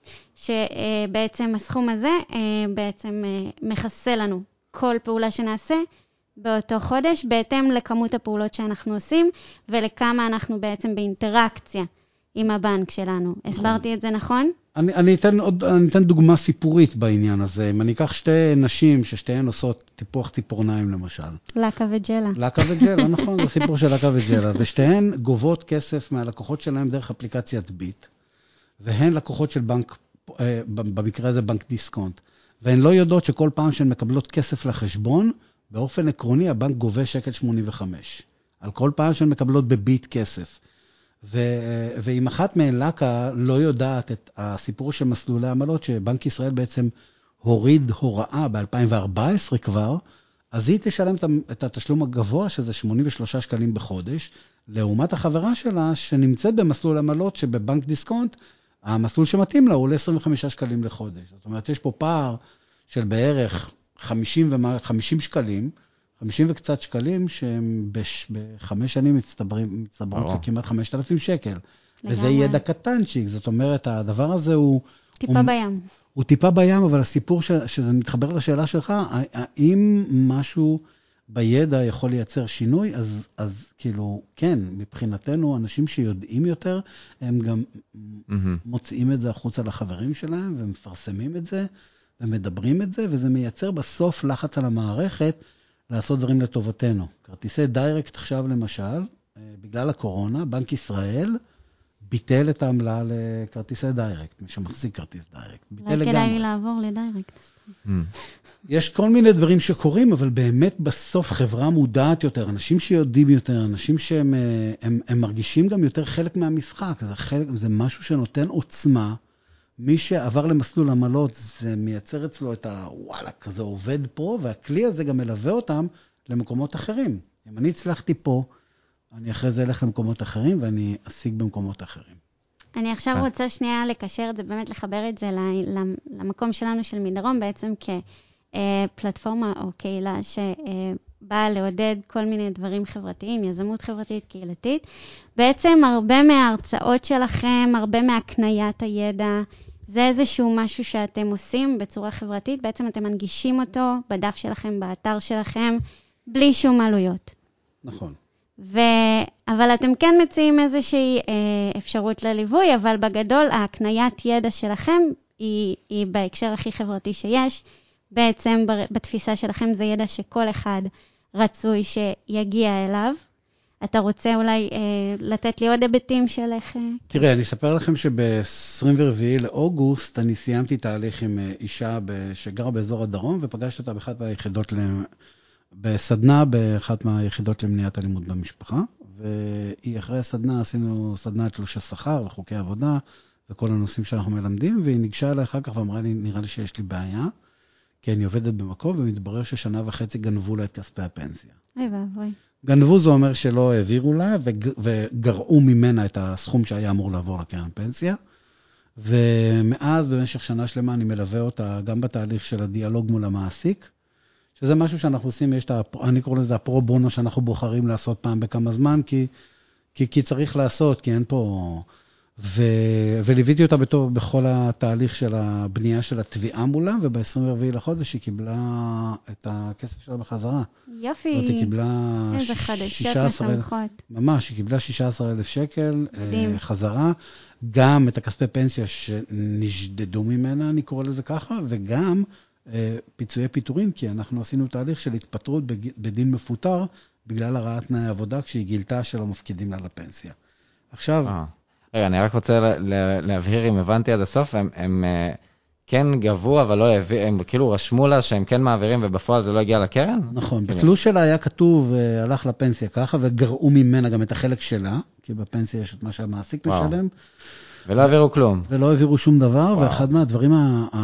S2: שבעצם הסכום הזה בעצם מכסה לנו כל פעולה שנעשה באותו חודש, בהתאם לכמות הפעולות שאנחנו עושים, ולכמה אנחנו בעצם באינטראקציה עם הבנק שלנו. הסברתי את זה נכון?
S3: אני אתן דוגמה סיפורית בעניין הזה. אם אני אקח שתי נשים ששתיהן עושות טיפוח ציפורניים למשל.
S2: לקה וג'לה. לקה
S3: וג'לה, נכון, זה סיפור של לקה וג'לה. ושתיהן גובות כסף מהלקוחות שלהם דרך אפליקציית ביט. והן לקוחות של בנק, במקרה הזה בנק דיסקונט. והן לא יודעות שכל פעם שהן מקבלות כסף לחשבון, באופן עקרוני הבנק גובה $1.85. על כל פעם שהן מקבלות בביט כסף. ואם אחת מהן לקה לא יודעת את הסיפור של מסלולי עמלות, שבנק ישראל בעצם הוריד הוראה ב-2014 כבר, אז היא תשלם את התשלום הגבוה, שזה 83 שקלים בחודש, לעומת החברה שלה שנמצאת במסלול עמלות שבבנק דיסקונט, המסלול שמתאים לה הוא עולה 25 שקלים לחודש. זאת אומרת, יש פה פער של בערך 50 שקלים, 50 וקצת שקלים, שהם בחמש שנים מצטברות לכמעט 5,000 שקל. וזה ידע קטנצ'יק, זאת אומרת, הדבר הזה הוא...
S2: טיפה בים.
S3: הוא טיפה בים, אבל הסיפור שזה מתחבר לשאלה שלך, האם משהו בידע יכול לייצר שינוי, אז כאילו, כן, מבחינתנו, אנשים שיודעים יותר, הם גם מוציאים את זה החוצה לחברים שלהם, ומפרסמים את זה, ומדברים את זה, וזה מייצר בסוף לחץ על המערכת, לעשות דברים לטובתנו. כרטיסי דיירקט עכשיו למשל, בגלל הקורונה, בנק ישראל ביטל את העמלה לכרטיסי דיירקט, מי שמחזיק כרטיס דיירקט. ביטל לגמרי.
S2: כדאי לי לעבור לדיירקט.
S3: יש כל מיני דברים שקורים, אבל באמת בסוף חברה מודעת יותר, אנשים שיודעים יותר, אנשים שהם מרגישים גם יותר חלק מהמשחק, זה משהו שנותן עוצמה, מי שעבר למסלול עמלות, זה מייצר אצלו את הוואלה, כזה עובד פה, והכלי הזה גם מלווה אותם למקומות אחרים. אם אני הצלחתי פה, אני אחרי זה אלך למקומות אחרים, ואני אשיג במקומות אחרים.
S2: אני עכשיו רוצה שנייה לקשר את זה, באמת לחבר את זה למקום שלנו של מדרום, בעצם כפלטפורמה או קהילה שבאה לעודד כל מיני דברים חברתיים, יזמות חברתית, קהילתית. בעצם הרבה מההרצאות שלכם, הרבה מהקניית הידע, זה איזשהו משהו שאתם עושים בצורה חברתית, בעצם אתם מנגישים אותו בדף שלכם, באתר שלכם, בלי שום עלויות.
S3: נכון.
S2: אבל אתם כן מציעים איזושהי אפשרות לליווי, אבל בגדול ההקניית ידע שלכם היא בהקשר הכי חברתי שיש. בעצם בתפיסה שלכם זה ידע שכל אחד רצוי שיגיע אליו. אתה רוצה אולי לתת לי עוד היבטים שלך?
S3: תראה, אני אספר לכם שב-24 לאוגוסט אני סיימתי תהליך עם אישה שגרה באזור הדרום, ופגשתי אותה באחת מהיחידות בסדנה, באחת מהיחידות למניעת אלימות במשפחה, והיא אחרי הסדנה, עשינו סדנה תלושי שכר וחוקי עבודה, וכל הנושאים שאנחנו מלמדים, והיא ניגשה אליי אחר כך ואמרה לי, נראה לי שיש לי בעיה, כי אני עובדת במקום, ומתברר ששנה וחצי גנבו לה את כספי הפנסיה.
S2: אוי ואבוי.
S3: גנבו זה אומר שלא העבירו לה, וגרעו ממנה את הסכום שהיה אמור לעבור לקרן פנסיה, ומאז במשך שנה שלמה אני מלווה אותה גם בתהליך של הדיאלוג מול המעסיק, שזה משהו שאנחנו עושים, אני קורא לזה הפרו בונו שאנחנו בוחרים לעשות פעם בכמה זמן, כי צריך לעשות, כי אין פה... וליוויתי אותה בכל התהליך של הבנייה של התביעה מולה, וב-24 לחודש היא קיבלה את הכסף שלה בחזרה.
S2: יופי.
S3: היא קיבלה...
S2: איזה חדשות משמחות.
S3: ממש, היא קיבלה 16,000 שקל
S2: מדהים.
S3: חזרה, גם את הכספי פנסיה שנשדדו ממנה, אני קורא לזה ככה, וגם פיצויי פיטורים, כי אנחנו עשינו תהליך של התפטרות בדין מפוטר, בגלל הרעת תנאי עבודה, כשהיא גילתה שלא מפקידים לה לפנסיה. עכשיו...
S1: רגע, אני רק רוצה להבהיר אם הבנתי עד הסוף, הם כן גבו, אבל לא העביר, הם כאילו רשמו לה שהם כן מעבירים, ובפועל זה לא הגיע לקרן?
S3: נכון, בתלוש שלה היה כתוב, הלך לפנסיה ככה, וגרעו ממנה גם את החלק שלה, כי בפנסיה יש את מה שהמעסיק משלם.
S1: ולא העבירו כלום.
S3: ולא העבירו שום דבר, ואחד מהדברים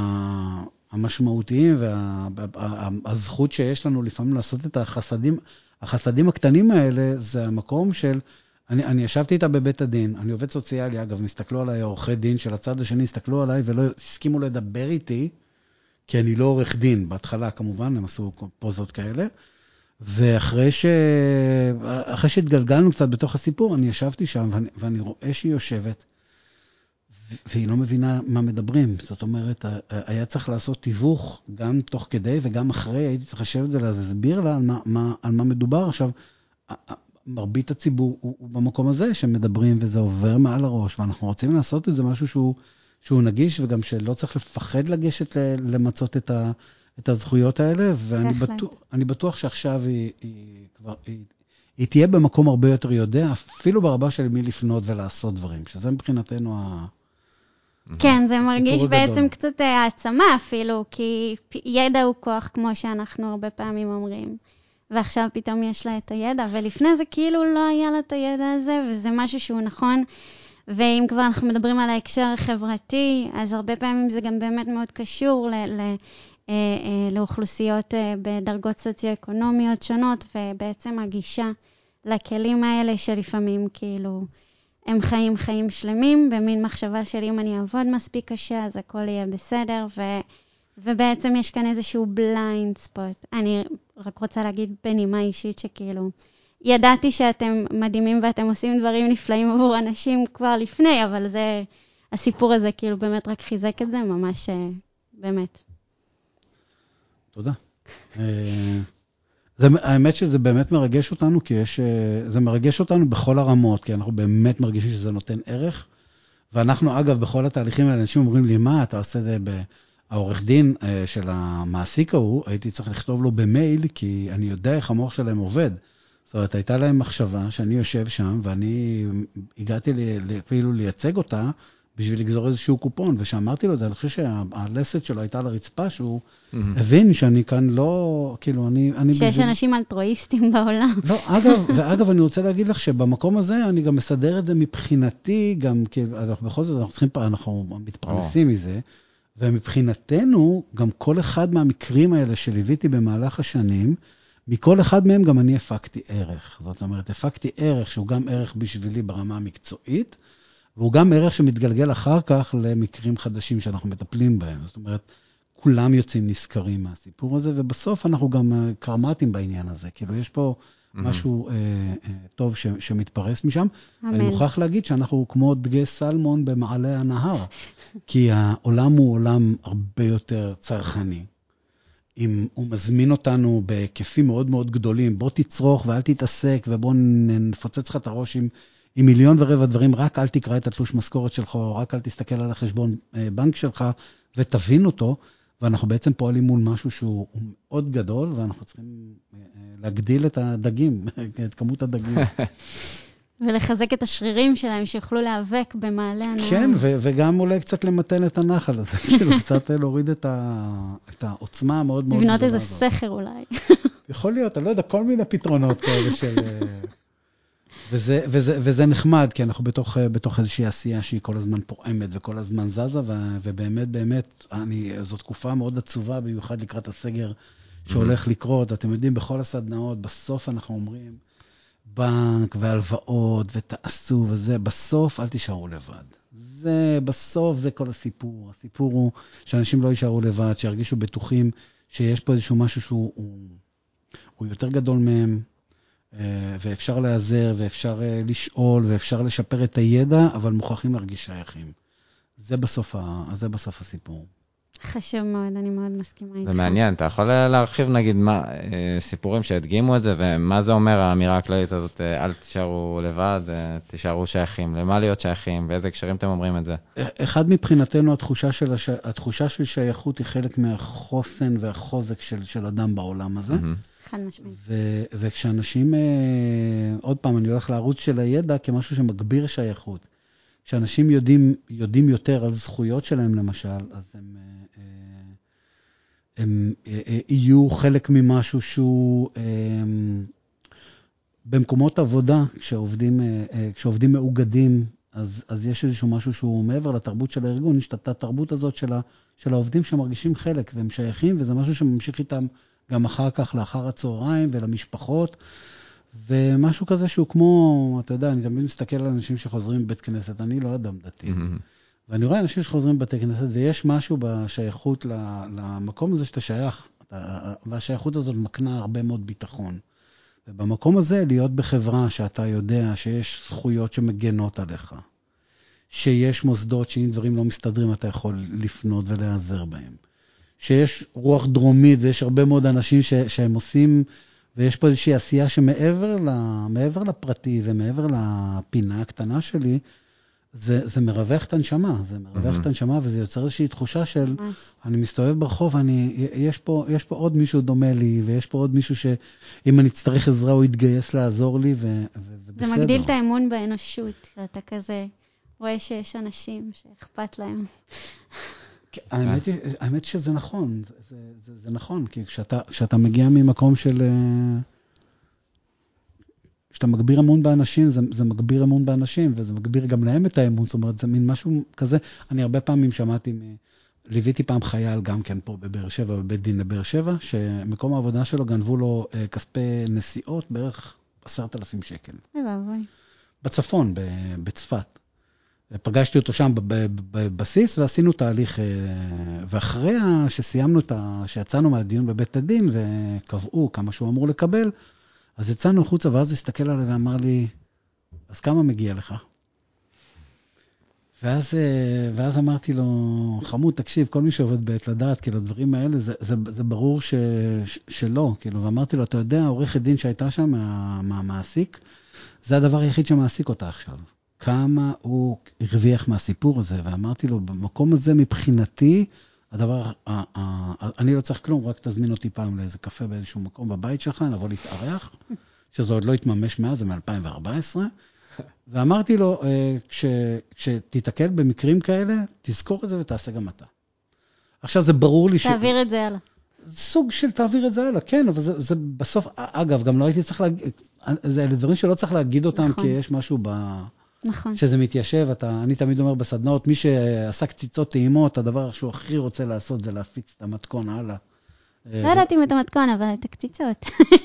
S3: המשמעותיים, והזכות שיש לנו לפעמים לעשות את החסדים הקטנים האלה, זה המקום של... אני ישבתי איתה בבית הדין, אני עובד סוציאלי, אגב, מסתכלו עליי, עורכי דין של הצד השני, הסתכלו עליי ולא הסכימו לדבר איתי, כי אני לא עורך דין, בהתחלה כמובן, הם עשו פוזות כאלה, ואחרי שהתגלגלנו קצת בתוך הסיפור, אני ישבתי שם ואני רואה שהיא יושבת, והיא לא מבינה מה מדברים, זאת אומרת, היה צריך לעשות תיווך, גם תוך כדי וגם אחרי, הייתי צריך לשבת זה להסביר לה על מה מדובר. עכשיו, מרבית הציבור הוא במקום הזה שמדברים, וזה עובר מעל הראש, ואנחנו רוצים לעשות את זה משהו שהוא נגיש, וגם שלא צריך לפחד לגשת למצות את הזכויות האלה, ואני בטוח שעכשיו היא תהיה במקום הרבה יותר יודע, אפילו ברבה של מי לפנות ולעשות דברים, שזה מבחינתנו
S2: כן, זה מרגיש בעצם קצת העצמה אפילו, כי ידע הוא כוח, כמו שאנחנו הרבה פעמים אומרים. ועכשיו פתאום יש לה את הידע, ולפני זה כאילו לא היה לה את הידע הזה, וזה משהו שהוא נכון, ואם כבר אנחנו מדברים על ההקשר החברתי, אז הרבה פעמים זה גם באמת מאוד קשור לאוכלוסיות בדרגות סוציו-אקונומיות שונות, ובעצם הגישה לכלים האלה שלפעמים כאילו הם חיים חיים שלמים, במין מחשבה של אם אני אעבוד מספיק קשה, אז הכל יהיה בסדר, ובעצם יש כאן איזשהו בליינד ספוט. אני רק רוצה להגיד בנימה אישית שכאילו, ידעתי שאתם מדהימים ואתם עושים דברים נפלאים עבור אנשים כבר לפני, אבל זה, הסיפור הזה כאילו באמת רק חיזק את זה, ממש באמת.
S3: תודה. האמת שזה באמת מרגש אותנו, כי זה מרגש אותנו בכל הרמות, כי אנחנו באמת מרגישים שזה נותן ערך, ואנחנו אגב בכל התהליכים האלה, אנשים אומרים לי, מה אתה עושה את זה העורך דין של המעסיק ההוא, הייתי צריך לכתוב לו במייל, כי אני יודע איך המוח שלהם עובד. זאת אומרת, הייתה להם מחשבה שאני יושב שם, ואני הגעתי אפילו לייצג אותה, בשביל לגזור איזשהו קופון, ושאמרתי לו את זה, אני חושב שהלסת שלו הייתה לרצפה, שהוא הבין שאני כאן לא, כאילו, אני...
S2: שיש אנשים אלטרואיסטים בעולם.
S3: לא, ואגב, אני רוצה להגיד לך שבמקום הזה, אני גם מסדר את זה מבחינתי, גם כאילו, בכל זאת, אנחנו מתפרנסים מזה, ומבחינתנו, גם כל אחד מהמקרים האלה שליוויתי במהלך השנים, מכל אחד מהם גם אני הפקתי ערך. זאת אומרת, הפקתי ערך שהוא גם ערך בשבילי ברמה המקצועית, והוא גם ערך שמתגלגל אחר כך למקרים חדשים שאנחנו מטפלים בהם. זאת אומרת, כולם יוצאים נזכרים מהסיפור הזה, ובסוף אנחנו גם קרמטים בעניין הזה. כאילו, יש פה משהו טוב שמתפרס משם. אני מוכרח להגיד שאנחנו כמו דגי סלמון במעלה הנהר, כי העולם הוא עולם הרבה יותר צרכני. אם הוא מזמין אותנו בהיקפים מאוד מאוד גדולים, בוא תצרוך ואל תתעסק, ובוא נפוצץ לך את הראש עם מיליון ורבע דברים, רק אל תקרא את התלוש משכורת שלך, או רק אל תסתכל על החשבון בנק שלך, ותבין אותו, ואנחנו בעצם פועלים מול משהו שהוא מאוד גדול, ואנחנו צריכים להגדיל את הדגים, את כמות הדגים.
S2: ולחזק את השרירים שלהם, שיוכלו להיאבק במעלה הנהר.
S3: כן, וגם אולי קצת למתן את הנחל הזה, כאילו קצת להוריד את העוצמה המאוד מאוד גדולה.
S2: לבנות איזה סכר אולי.
S3: יכול להיות, אני לא יודע, כל מיני פתרונות כאלה של... וזה נחמד, כי אנחנו בתוך איזושהי עשייה שהיא כל הזמן פועמת וכל הזמן זזה, ובאמת, באמת, זו תקופה מאוד עצובה, במיוחד לקראת הסגר שהולך לקרות. אתם יודעים, בכל הסדנאות, בסוף אנחנו אומרים, בנק והלוואות ותעשו וזה, בסוף אל תישארו לבד. בסוף זה כל הסיפור. הסיפור הוא שאנשים לא יישארו לבד, שירגישו בטוחים שיש פה איזשהו משהו שהוא יותר גדול מהם, ואפשר לעזר, ואפשר לשאול, ואפשר לשפר את הידע, אבל מוכרחים להרגיש שייכים. זה בסוף הסיפור.
S2: חשוב מאוד, אני מאוד מסכימה איתך.
S1: זה מעניין, אתה יכול להרחיב נגיד סיפורים שהדגימו את זה, ומה זה אומר האמירה הכללית הזאת, אל תישארו לבד, תישארו שייכים, למה להיות שייכים, באיזה הקשרים אתם אומרים את זה?
S3: אחד מבחינתנו, התחושה של שייכות היא חלק מהחוסן והחוזק של אדם בעולם הזה.
S2: חד משמעית.
S3: וכשאנשים, עוד פעם, אני הולך לערוץ של הידע כמשהו שמגביר שייכות. כשאנשים יודעים יותר על זכויות שלהם, למשל, אז הם יהיו חלק ממשהו שהוא במקומות עבודה, כשעובדים מאוגדים, אז יש איזשהו משהו שהוא מעבר לתרבות של הארגון, יש את התרבות הזאת של העובדים שמרגישים חלק, והם שייכים, וזה משהו שממשיך איתם גם אחר כך, לאחר הצהריים ולמשפחות, ומשהו כזה שהוא כמו, אתה יודע, אני תמיד מסתכל על אנשים שחוזרים בבית כנסת, אני לא אדם דתי, ואני רואה אנשים שחוזרים בבתי כנסת, ויש משהו בשייכות למקום הזה שאתה שייך, והשייכות הזאת מקנה הרבה מאוד ביטחון. ובמקום הזה להיות בחברה שאתה יודע שיש זכויות שמגנות עליך, שיש מוסדות שאם דברים לא מסתדרים אתה יכול לפנות ולעזר בהם, שיש רוח דרומית ויש הרבה מאוד אנשים שהם עושים, ויש פה איזושהי עשייה שמעבר לפרטי ומעבר לפינה הקטנה שלי, זה מרווח את הנשמה, וזה יוצר איזושהי תחושה של, אני מסתובב ברחוב, יש פה עוד מישהו דומה לי, ויש פה עוד מישהו שאם אני אצטרך עזרה, הוא יתגייס לעזור לי, ובסדר.
S2: זה מגדיל את האמון באנושות, שאתה כזה רואה שיש אנשים שאכפת להם.
S3: האמת שזה נכון, זה נכון, כי כשאתה מגיע ממקום של... כשאתה מגביר אמון באנשים, זה מגביר אמון באנשים, וזה מגביר גם להם את האמון, זאת אומרת, זה מין משהו כזה. אני הרבה פעמים שמעתי, ליוויתי פעם חייל גם כן פה בבאר שבע, בבית דין לבאר שבע, שמקום העבודה שלו גנבו לו כספי נסיעות בערך 10,000 שקל. בצפון, בצפת. פגשתי אותו שם בבסיס, ועשינו תהליך, ואחרי שסיימנו שיצאנו מהדיון בבית הדין, וקבעו כמה שהוא אמור לקבל, אז יצאנו החוצה, ואז הוא הסתכל עליי ואמר לי, אז כמה מגיע לך? ואז אמרתי לו, חמוד, תקשיב, כל מי שעובד בעת לדעת, כאילו, הדברים האלה, זה ברור שלא, כאילו, ואמרתי לו, אתה יודע, עורכת דין שהייתה שם מהמעסיק, זה הדבר היחיד שמעסיק אותה עכשיו. כמה הוא הרוויח מהסיפור הזה, ואמרתי לו, במקום הזה מבחינתי, הדבר, אני לא צריך כלום, רק תזמין אותי פעם לאיזה קפה באיזשהו מקום בבית שלך, נבוא להתארח, שזה עוד לא התממש מאז, זה מ-2014, ואמרתי לו, כשתתקל במקרים כאלה, תזכור את זה ותעשה גם אתה. עכשיו זה ברור לי
S2: תעביר את זה הלאה.
S3: סוג של תעביר את זה הלאה, כן, אבל זה בסוף, אגב, גם לא הייתי צריך להגיד, זה דברים שלא צריך להגיד אותם, כי יש משהו שזה מתיישב, אני תמיד אומר בסדנאות, מי שעשה קציצות טעימות, הדבר שהוא הכי רוצה לעשות זה להפיץ את המתכון הלאה.
S2: לא ידעתי אם את המתכון, אבל את הקציצות.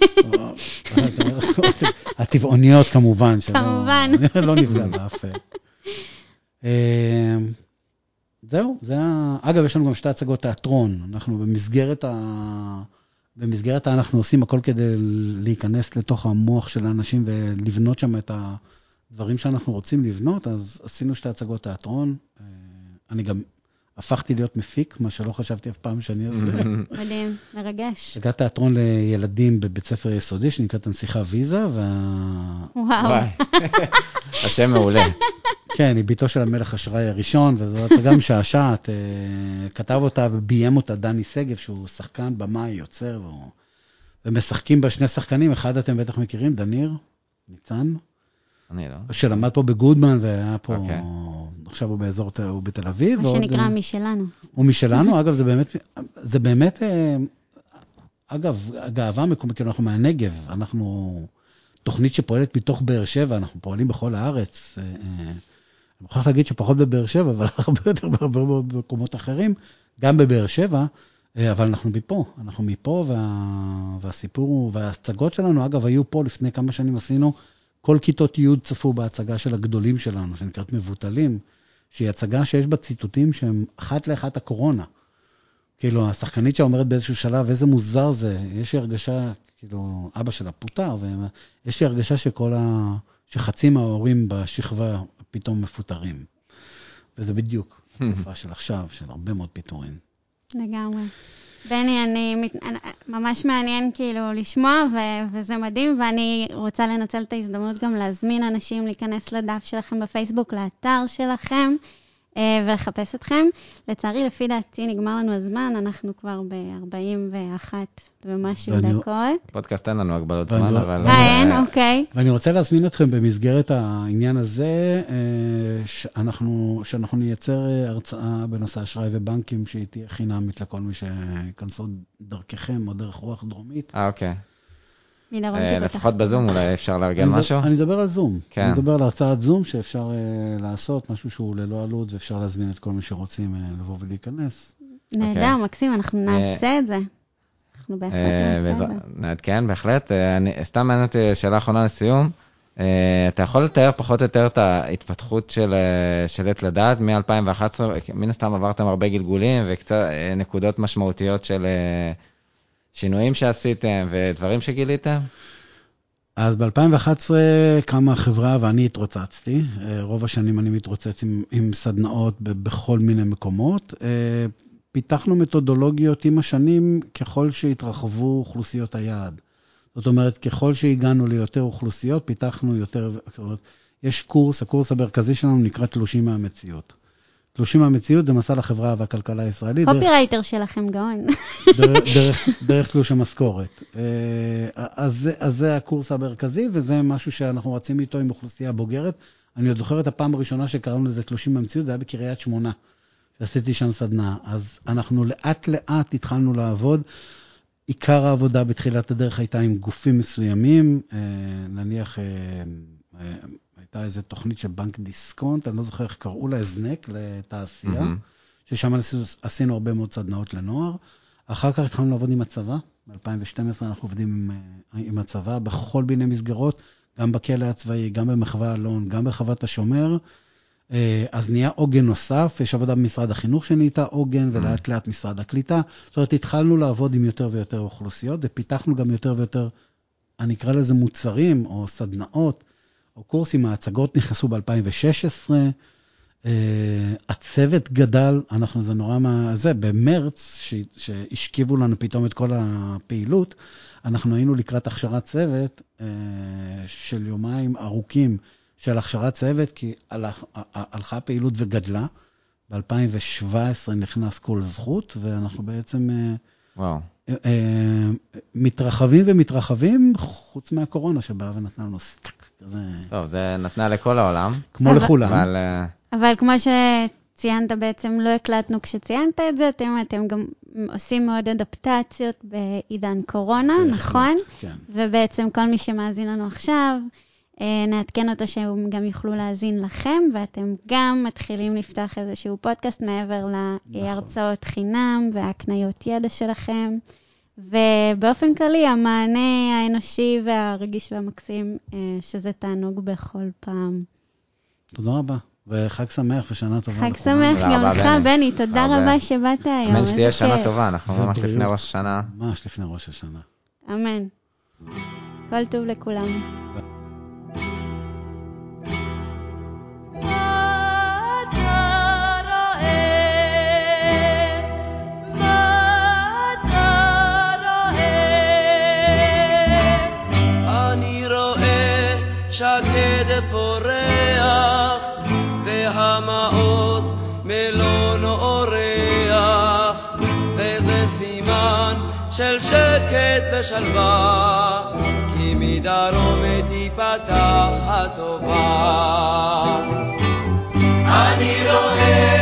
S3: הטבעוניות כמובן,
S2: כמובן.
S3: לא נפגע באף. זהו, אגב, יש לנו גם 2 הצגות תיאטרון, אנחנו במסגרת אנחנו עושים הכל כדי להיכנס לתוך המוח של האנשים ולבנות שם את הדברים שאנחנו רוצים לבנות, אז עשינו 2 הצגות תיאטרון, אני גם הפכתי להיות מפיק, מה שלא חשבתי אף פעם שאני אעשה.
S2: מדהים, מרגש.
S3: הגעת תיאטרון לילדים בבית ספר יסודי, שנקראת הנסיכה ויזה,
S2: וואו.
S1: השם מעולה.
S3: כן, היא ביתו של המלך אשראי הראשון, וזו הצגה משעשעת, כתב אותה וביים אותה דני סגב, שהוא שחקן, במאי, יוצר, ומשחקים בה 2 שחקנים, אחד אתם בטח מכירים, דניר, ניצן.
S1: אני לא.
S3: שלמד פה בגודמן, והיה פה, עכשיו הוא באזור, הוא בתל אביב.
S2: מה שנקרא משלנו.
S3: הוא משלנו, אגב, זה באמת, אגב, גאווה מקומית, כי אנחנו מהנגב, אנחנו תוכנית שפועלת מתוך באר שבע, אנחנו פועלים בכל הארץ, אני מוכרח להגיד שפחות בבאר שבע, אבל הרבה יותר במקומות אחרים, גם בבאר שבע, אבל אנחנו מפה, והסיפור, וההצגות שלנו, אגב, היו פה לפני כמה שנים עשינו, כל כיתות י' צפו בהצגה של הגדולים שלנו, שנקראת מבוטלים, שהיא הצגה שיש בה ציטוטים שהם אחת לאחת הקורונה. כאילו, השחקנית שאומרת באיזשהו שלב, איזה מוזר זה, יש לי הרגשה, כאילו, אבא שלה פוטר, ויש לי הרגשה שחצי מההורים בשכבה פתאום מפוטרים. וזה בדיוק תקופה של עכשיו, של הרבה מאוד פיטורים.
S2: לגמרי. בני, אני ממש מעניין כאילו לשמוע, וזה מדהים, ואני רוצה לנצל את ההזדמנות גם להזמין אנשים להיכנס לדף שלכם בפייסבוק, לאתר שלכם, ולחפש אתכם. לצערי, לפי דעתי, נגמר לנו הזמן, אנחנו כבר ב-41 ומשהו דקות.
S1: פודקאסט אין לנו הגבלות זמן, אבל...
S2: אין, אוקיי.
S3: ואני רוצה להזמין אתכם במסגרת העניין הזה, שאנחנו נייצר הרצאה בנושא אשראי ובנקים, שהיא תהיה חינמית לכל מי שיכנסו דרככם, או דרך רוח דרומית.
S1: אוקיי.
S2: לפחות
S1: לפחות בזום אולי אפשר לארגן משהו?
S3: אני מדבר על זום.
S1: כן.
S3: אני מדבר על הרצאת זום שאפשר לעשות, משהו שהוא ללא עלות, ואפשר להזמין את כל מי שרוצים לבוא ולהיכנס.
S2: נהדר, מקסים, אנחנו נעשה את זה. אנחנו בהחלט נעשה את זה.
S1: נעדכן, בהחלט. סתם מעניין אותי שאלה אחרונה לסיום. אתה יכול לתאר פחות או יותר את ההתפתחות של עת לדעת מ-2011? מן הסתם עברתם הרבה גלגולים וקצת נקודות משמעותיות של... שינויים שעשיתם ודברים שגיליתם?
S3: אז ב-2011 קמה החברה ואני התרוצצתי. רוב השנים אני מתרוצץ עם סדנאות בכל מיני מקומות. פיתחנו מתודולוגיות עם השנים ככל שהתרחבו אוכלוסיות היעד. זאת אומרת, ככל שהגענו ליותר אוכלוסיות, פיתחנו יותר... יש קורס, הקורס המרכזי שלנו נקרא תלושים מהמציאות. תלושים מהמציאות זה מסע לחברה והכלכלה הישראלית.
S2: קופירייטר שלכם גאון.
S3: דרך תלוש המשכורת. אז זה הקורס המרכזי, וזה משהו שאנחנו רצים איתו עם אוכלוסייה בוגרת. אני עוד זוכר את הפעם הראשונה שקראנו לזה תלושים מהמציאות, זה היה בקריית שמונה, שעשיתי שם סדנה. אז אנחנו לאט לאט התחלנו לעבוד. עיקר העבודה בתחילת הדרך הייתה עם גופים מסוימים, נניח... הייתה איזו תוכנית של בנק דיסקונט, אני לא זוכר איך קראו לה, הזנק לתעשייה, ששם עשינו הרבה מאוד סדנאות לנוער. אחר כך התחלנו לעבוד עם הצבא, ב-2012 אנחנו עובדים עם הצבא בכל מיני מסגרות, גם בכלא הצבאי, גם במחווה אלון, גם בחוות השומר, אז נהיה עוגן נוסף, יש עבודה במשרד החינוך שנהייתה עוגן, ולאט לאט משרד הקליטה. זאת אומרת, התחלנו לעבוד עם יותר ויותר אוכלוסיות, ופיתחנו גם יותר ויותר, אני אקרא לזה מוצרים, או סדנאות, או קורסים. ההצגות נכנסו ב-2016, הצוות גדל, זה נורא במרץ, שהשכיבו לנו פתאום את כל הפעילות, אנחנו היינו לקראת הכשרת צוות של יומיים ארוכים, של הכשרת צוות, כי הלכה הפעילות וגדלה. ב-2017 נכנס כל זכות, ואנחנו בעצם מתרחבים, חוץ מהקורונה שבאה ונתנה לנו סטק כזה.
S1: טוב, זה נתנה לכל העולם.
S3: כמו לכולם.
S2: אבל כמו שציינת בעצם, לא הקלטנו כשציינת את זה, אתם גם עושים מאוד אדפטציות בעידן קורונה, נכון?
S3: כן.
S2: ובעצם כל מי שמאזין לנו עכשיו, נעדכן אותו שהם גם יוכלו להאזין לכם, ואתם גם מתחילים לפתוח איזשהו פודקאסט מעבר להרצאות חינם והקניות ידע שלכם, ובאופן כללי המענה האנושי והרגיש והמקסים, שזה תענוג בכל פעם.
S3: תודה רבה, וחג שמח ושנה טובה.
S2: חג שמח גם לך, בני, תודה רבה שבאת היום.
S1: אמן שתהיה שנה טובה, אנחנו ממש לפני ראש השנה.
S3: ממש לפני ראש השנה.
S2: אמן. כל טוב לכולם.
S4: שקד פורח והמעוז מלון אורח, וזה סימן של שקט ושלווה, כי מדרום תיפתח הטובה. אני רואה